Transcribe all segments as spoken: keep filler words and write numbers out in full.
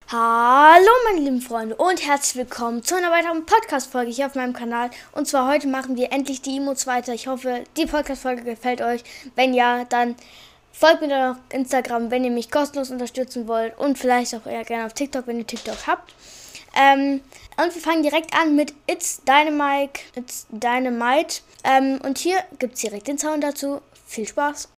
Hallo meine lieben Freunde und herzlich willkommen zu einer weiteren Podcast-Folge hier auf meinem Kanal. Und zwar heute machen wir endlich die Emotes weiter. Ich hoffe, die Podcast-Folge gefällt euch. Wenn ja, dann folgt mir dann auf Instagram, wenn ihr mich kostenlos unterstützen wollt. Und vielleicht auch eher gerne auf TikTok, wenn ihr TikTok habt. Ähm, und wir fangen direkt an mit It's Dynamite. It's Dynamite. Ähm, und hier gibt es direkt den Sound dazu. Viel Spaß!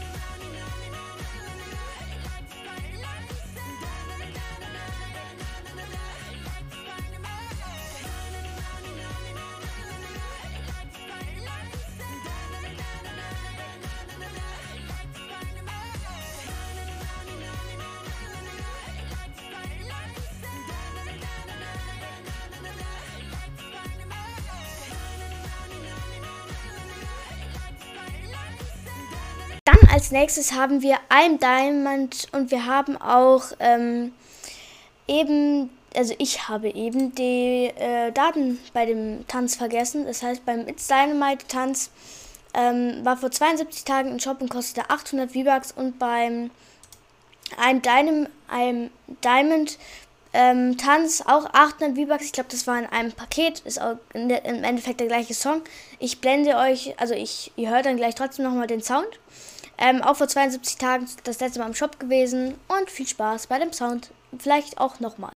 Dann als nächstes haben wir I'm Diamond und wir haben auch ähm, eben, also ich habe eben die äh, Daten bei dem Tanz vergessen. Das heißt, beim It's Dynamite Tanz ähm, war vor zweiundsiebzig Tagen im Shop und kostete achthundert V-Bucks und beim I'm, Dynam I'm Diamond ähm, Tanz auch achthundert V-Bucks. Ich glaube, das war in einem Paket, ist auch in der, im Endeffekt der gleiche Song. Ich blende euch, also ich, ihr hört dann gleich trotzdem nochmal den Sound. Ähm, auch vor zweiundsiebzig Tagen das letzte Mal im Shop gewesen und viel Spaß bei dem Sound. Vielleicht auch nochmal.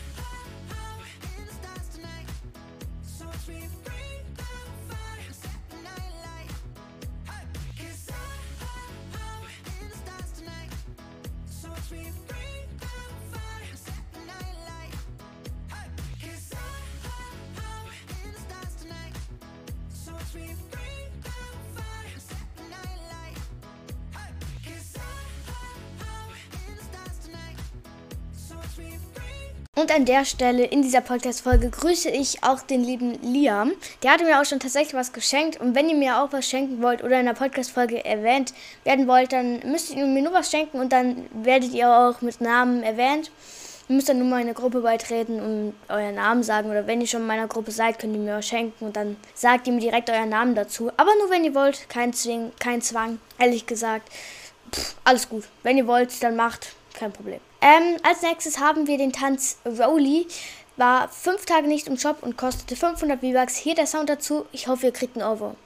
Und an der Stelle in dieser Podcast-Folge grüße ich auch den lieben Liam. Der hatte mir auch schon tatsächlich was geschenkt. Und wenn ihr mir auch was schenken wollt oder in der Podcast-Folge erwähnt werden wollt, dann müsst ihr mir nur was schenken und dann werdet ihr auch mit Namen erwähnt. Ihr müsst dann nur mal in eine Gruppe beitreten und euren Namen sagen. Oder wenn ihr schon in meiner Gruppe seid, könnt ihr mir was schenken und dann sagt ihr mir direkt euren Namen dazu. Aber nur wenn ihr wollt, kein Zwing, kein Zwang, ehrlich gesagt. Pff, alles gut. Wenn ihr wollt, dann macht, kein Problem. Ähm, als nächstes haben wir den Tanz Rolly. War fünf Tage nicht im Shop und kostete fünfhundert V-Bucks. Hier der Sound dazu. Ich hoffe, ihr kriegt einen Ohrwurm.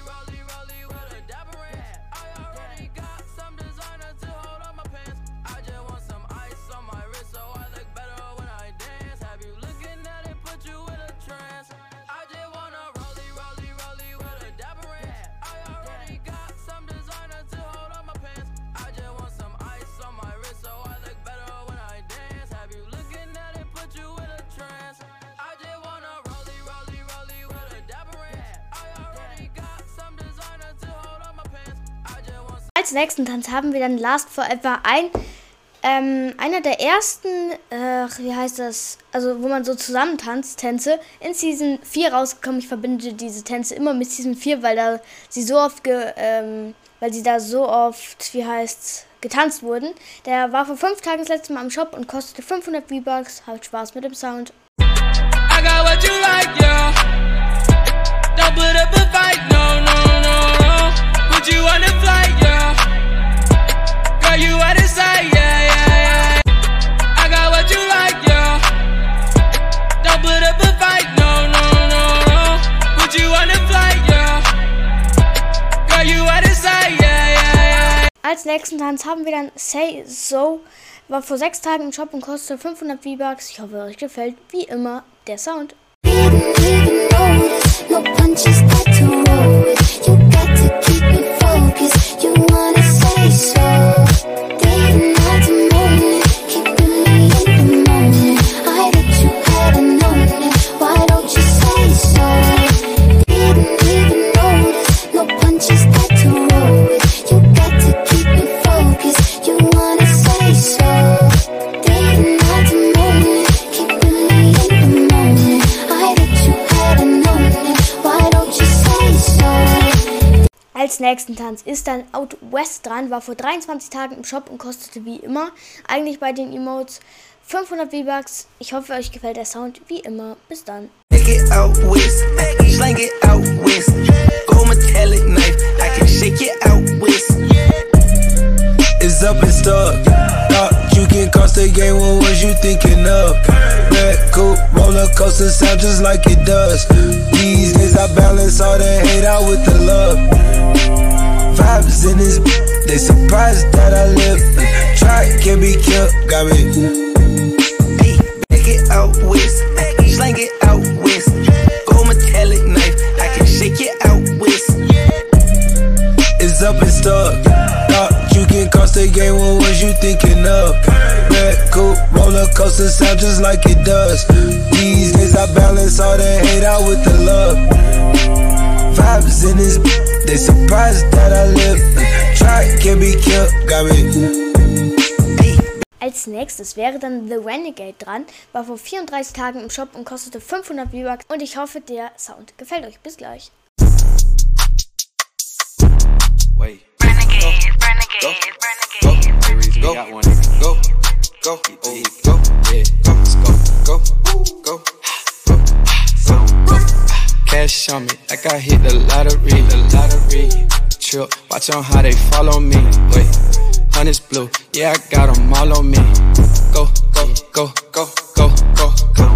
Als nächsten Tanz haben wir dann Last Forever, ein, ähm, einer der ersten, äh, wie heißt das, also wo man so zusammen tanzt, Tänze, in Season vier rausgekommen. Ich verbinde diese Tänze immer mit Season vier, weil da sie so oft, ge, ähm, weil sie da so oft, wie heißt's, getanzt wurden. Der war vor fünf Tagen das letzte Mal im Shop und kostete fünfhundert V-Bucks. Habt Spaß mit dem Sound. I got what you like, yeah. Don't put up a fight, no, no, no, no. Put you on the flight, yeah. Girl, you out of sight, yeah, yeah, yeah. I got what you like, yeah. Don't put up a fight, no, no, no, no. Put you on the flight, yeah. Girl, you out of sight, yeah, yeah, yeah. Als nächsten Tanz haben wir dann Say So. War vor sechs Tagen im Shop und kostete fünfhundert V-Bucks. Ich hoffe, euch gefällt wie immer der Sound. No punches got to roll with. You got to keep it focused. You wanna say so. Day and night to morning. Keeping me in the moment. I bet you hadn't known it. Why don't you say so? Didn't even notice. No punches got to roll with. You got to keep it focused. You wanna say so. Day and night to morning. Keeping me in the moment. I bet you hadn't known it. Why don't you say so? Als nächsten Tanz ist dann Out West dran, war vor dreiundzwanzig Tagen im Shop und kostete wie immer, eigentlich bei den Emotes, fünfhundert V-Bucks. Ich hoffe, euch gefällt der Sound wie immer. Bis dann. Take it out west, slang it out west. Gold metallic knife, I can shake it out west. It's up and stuck, dark you can cost the game, what was you thinking of? Red coupe, roller coaster sound just like it does. These days I balance all the hate out with the love. Vibes in this, they surprised that I live. Try, can't be killed, got me. Hey, back it out west, slang it out west. Gold metallic knife, I can shake it out west. It's up and stuck. Thought you can cost the game, what was you thinking of? Red coupe, roller coaster sound just like it does. These days I balance all the hate out with the love. Vibes in this, they surprised that I live. Try, can't be killed, got me. Als nächstes wäre dann The Renegade dran, war vor vierunddreißig Tagen im Shop und kostete fünfhundert V-Bucks und ich hoffe, der Sound gefällt euch. Bis gleich. Wait. Renegade, Renegade, Renegade. Go, go, go, go, go, yeah, go, go, go, go, go. Cash on me, like I hit the lottery, the lottery. Trip, watch on how they follow me. Wait, honey's blue, yeah, I got them all on me. Go, go, go, go, go, go, go.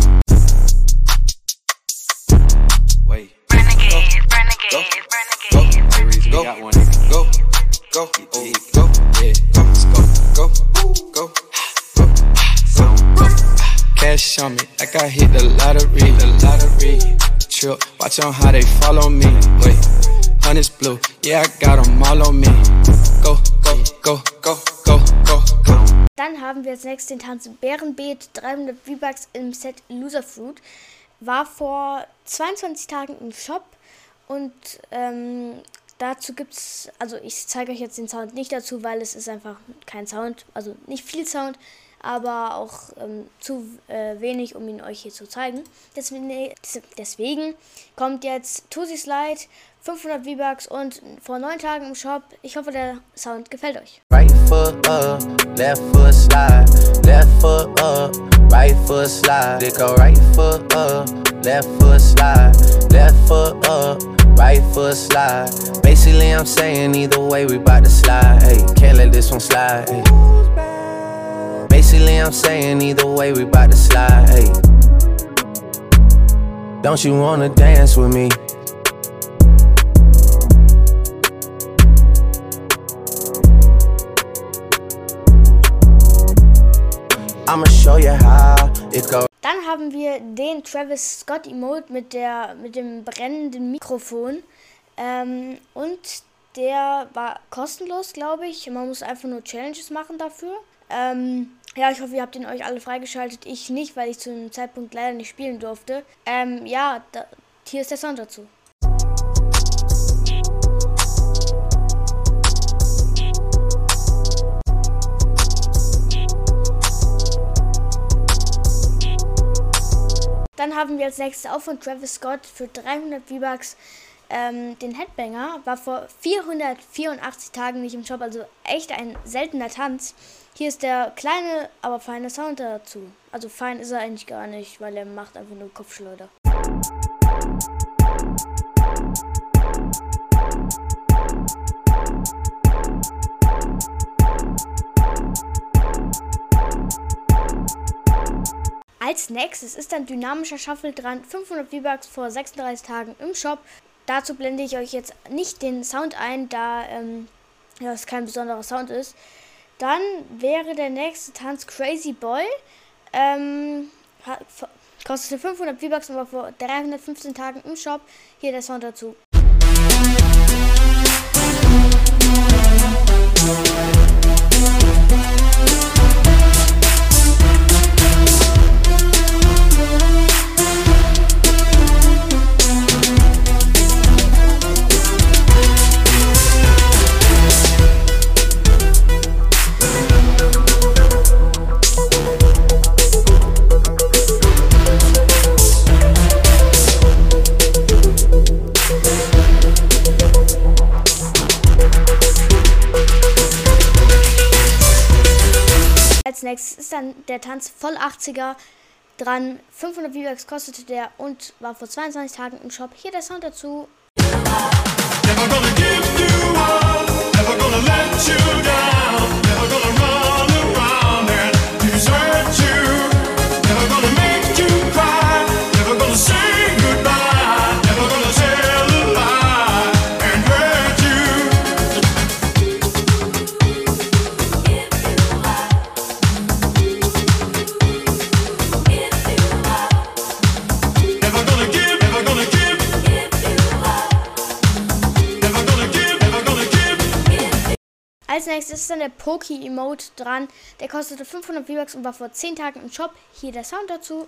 Wait. Renegade, Renegade, Renegade. Go, go, go, go, go, yeah, go, go, go, go, go. Cash on me, like I hit the lottery, the lottery. Trip, watch on how they follow me. Wait, honey's blue, yeah, I got them all on me. Go, go, go, go, go, go, go. Dann haben wir als nächstes den Tanz Bärenbeet, dreihundert V-Bucks im Set Loser Fruit. War vor zweiundzwanzig Tagen im Shop und ähm, dazu gibt es, also ich zeige euch jetzt den Sound nicht dazu, weil es ist einfach kein Sound, also nicht viel Sound, aber auch ähm, zu äh, wenig, um ihn euch hier zu zeigen. Deswegen, deswegen kommt jetzt Tusi Slide, fünfhundert V-Bucks und vor neun Tagen im Shop. Ich hoffe, der Sound gefällt euch. Right foot up, left foot slide, left foot up, right foot slide. They go right foot up, left foot slide, left foot up, right foot slide. Basically, I'm saying either way we bout to slide. Hey, can't let this one slide. Hey. Basically, I'm saying either way we bout to slide. Hey. Don't you wanna dance with me? I'ma show you how it goes. Dann haben wir den Travis Scott Emote mit der mit dem brennenden Mikrofon ähm, und der war kostenlos, glaube ich. Man muss einfach nur Challenges machen dafür. Ähm, ja, ich hoffe, ihr habt ihn euch alle freigeschaltet. Ich nicht, weil ich zu dem Zeitpunkt leider nicht spielen durfte. Ähm, ja, da, hier ist der Sound dazu. Dann haben wir als nächstes auch von Travis Scott für dreihundert V-Bucks ähm, den Headbanger. War vor vierhundertvierundachtzig Tagen nicht im Shop, also echt ein seltener Tanz. Hier ist der kleine, aber feine Sound dazu. Also fein ist er eigentlich gar nicht, weil er macht einfach nur Kopfschleuder. Als nächstes ist dann dynamischer Shuffle dran, fünfhundert V-Bucks vor sechsunddreißig Tagen im Shop. Dazu blende ich euch jetzt nicht den Sound ein, da ähm, ja, es kein besonderer Sound ist. Dann wäre der nächste Tanz Crazy Boy. Ähm, kostete fünfhundert V-Bucks und war vor dreihundertfünfzehn Tagen im Shop. Hier der Sound dazu. Als nächstes ist dann der Tanz voll achtziger dran. fünfhundert V-Bucks kostete der und war vor zweiundzwanzig Tagen im Shop. Hier der Sound dazu. Never gonna give you up, never gonna let you down, never gonna run around and nächstes ist dann der Poki-Emote dran. Der kostete fünfhundert V-Bucks und war vor zehn Tagen im Shop. Hier der Sound dazu.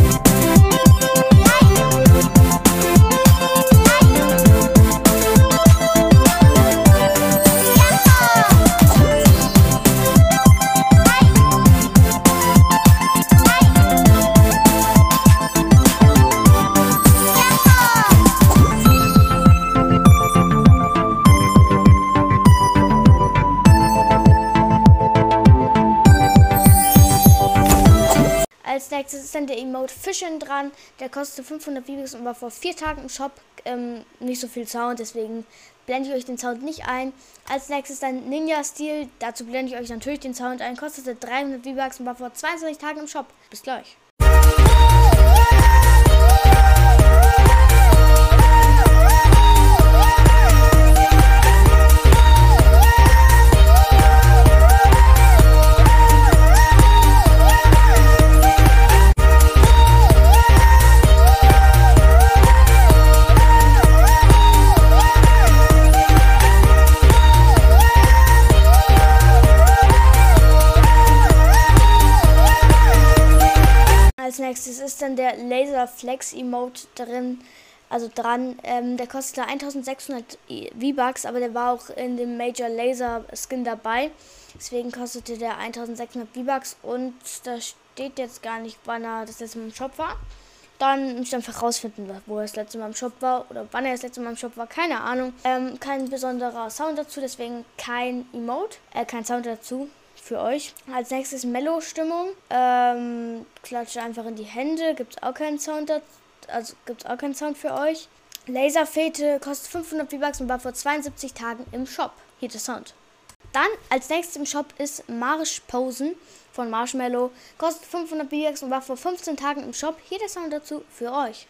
Als nächstes ist dann der Emote Fischen dran. Der kostet fünfhundert V-Bucks und war vor vier Tagen im Shop. Ähm, nicht so viel Sound, deswegen blende ich euch den Sound nicht ein. Als nächstes dann Ninja Steel. Dazu blende ich euch natürlich den Sound ein. Kostete dreihundert V-Bucks und war vor zweiundzwanzig Tagen im Shop. Bis gleich. Als nächstes ist dann der Laser Flex Emote drin, also dran. Ähm, der kostete eintausendsechshundert V-Bucks, aber der war auch in dem Major Laser Skin dabei. Deswegen kostete der eintausendsechshundert V-Bucks und da steht jetzt gar nicht, wann er das letzte Mal im Shop war. Dann müsst ihr einfach rausfinden, wo er das letzte Mal im Shop war oder wann er das letzte Mal im Shop war, keine Ahnung. Ähm, kein besonderer Sound dazu, deswegen kein Emote, äh, kein Sound dazu. Für euch. Als nächstes Mellow-Stimmung. Ähm, klatscht einfach in die Hände. Gibt es auch keinen Sound dazu. Also gibt es auch keinen Sound für euch. Laserfete kostet fünfhundert V-Bucks und war vor zweiundsiebzig Tagen im Shop. Hier der Sound. Dann als nächstes im Shop ist Marsh Posen von Marshmallow. Kostet fünfhundert V-Bucks und war vor fünfzehn Tagen im Shop. Hier der Sound dazu für euch.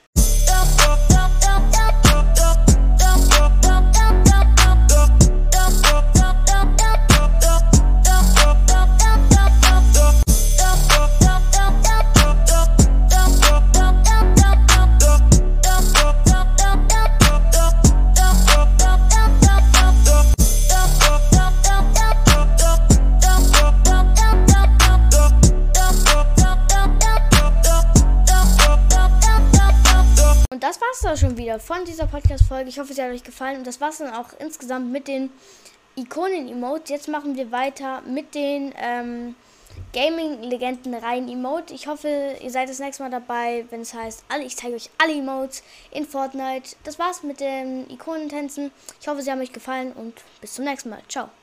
Und das war's dann schon wieder von dieser Podcast-Folge. Ich hoffe, sie hat euch gefallen. Und das war's dann auch insgesamt mit den Ikonen-Emotes. Jetzt machen wir weiter mit den ähm, Gaming-Legenden-Reihen-Emote. Ich hoffe, ihr seid das nächste Mal dabei, wenn es heißt, alle, ich zeige euch alle Emotes in Fortnite. Das war's mit den Ikonentänzen. Ich hoffe, sie haben euch gefallen und bis zum nächsten Mal. Ciao.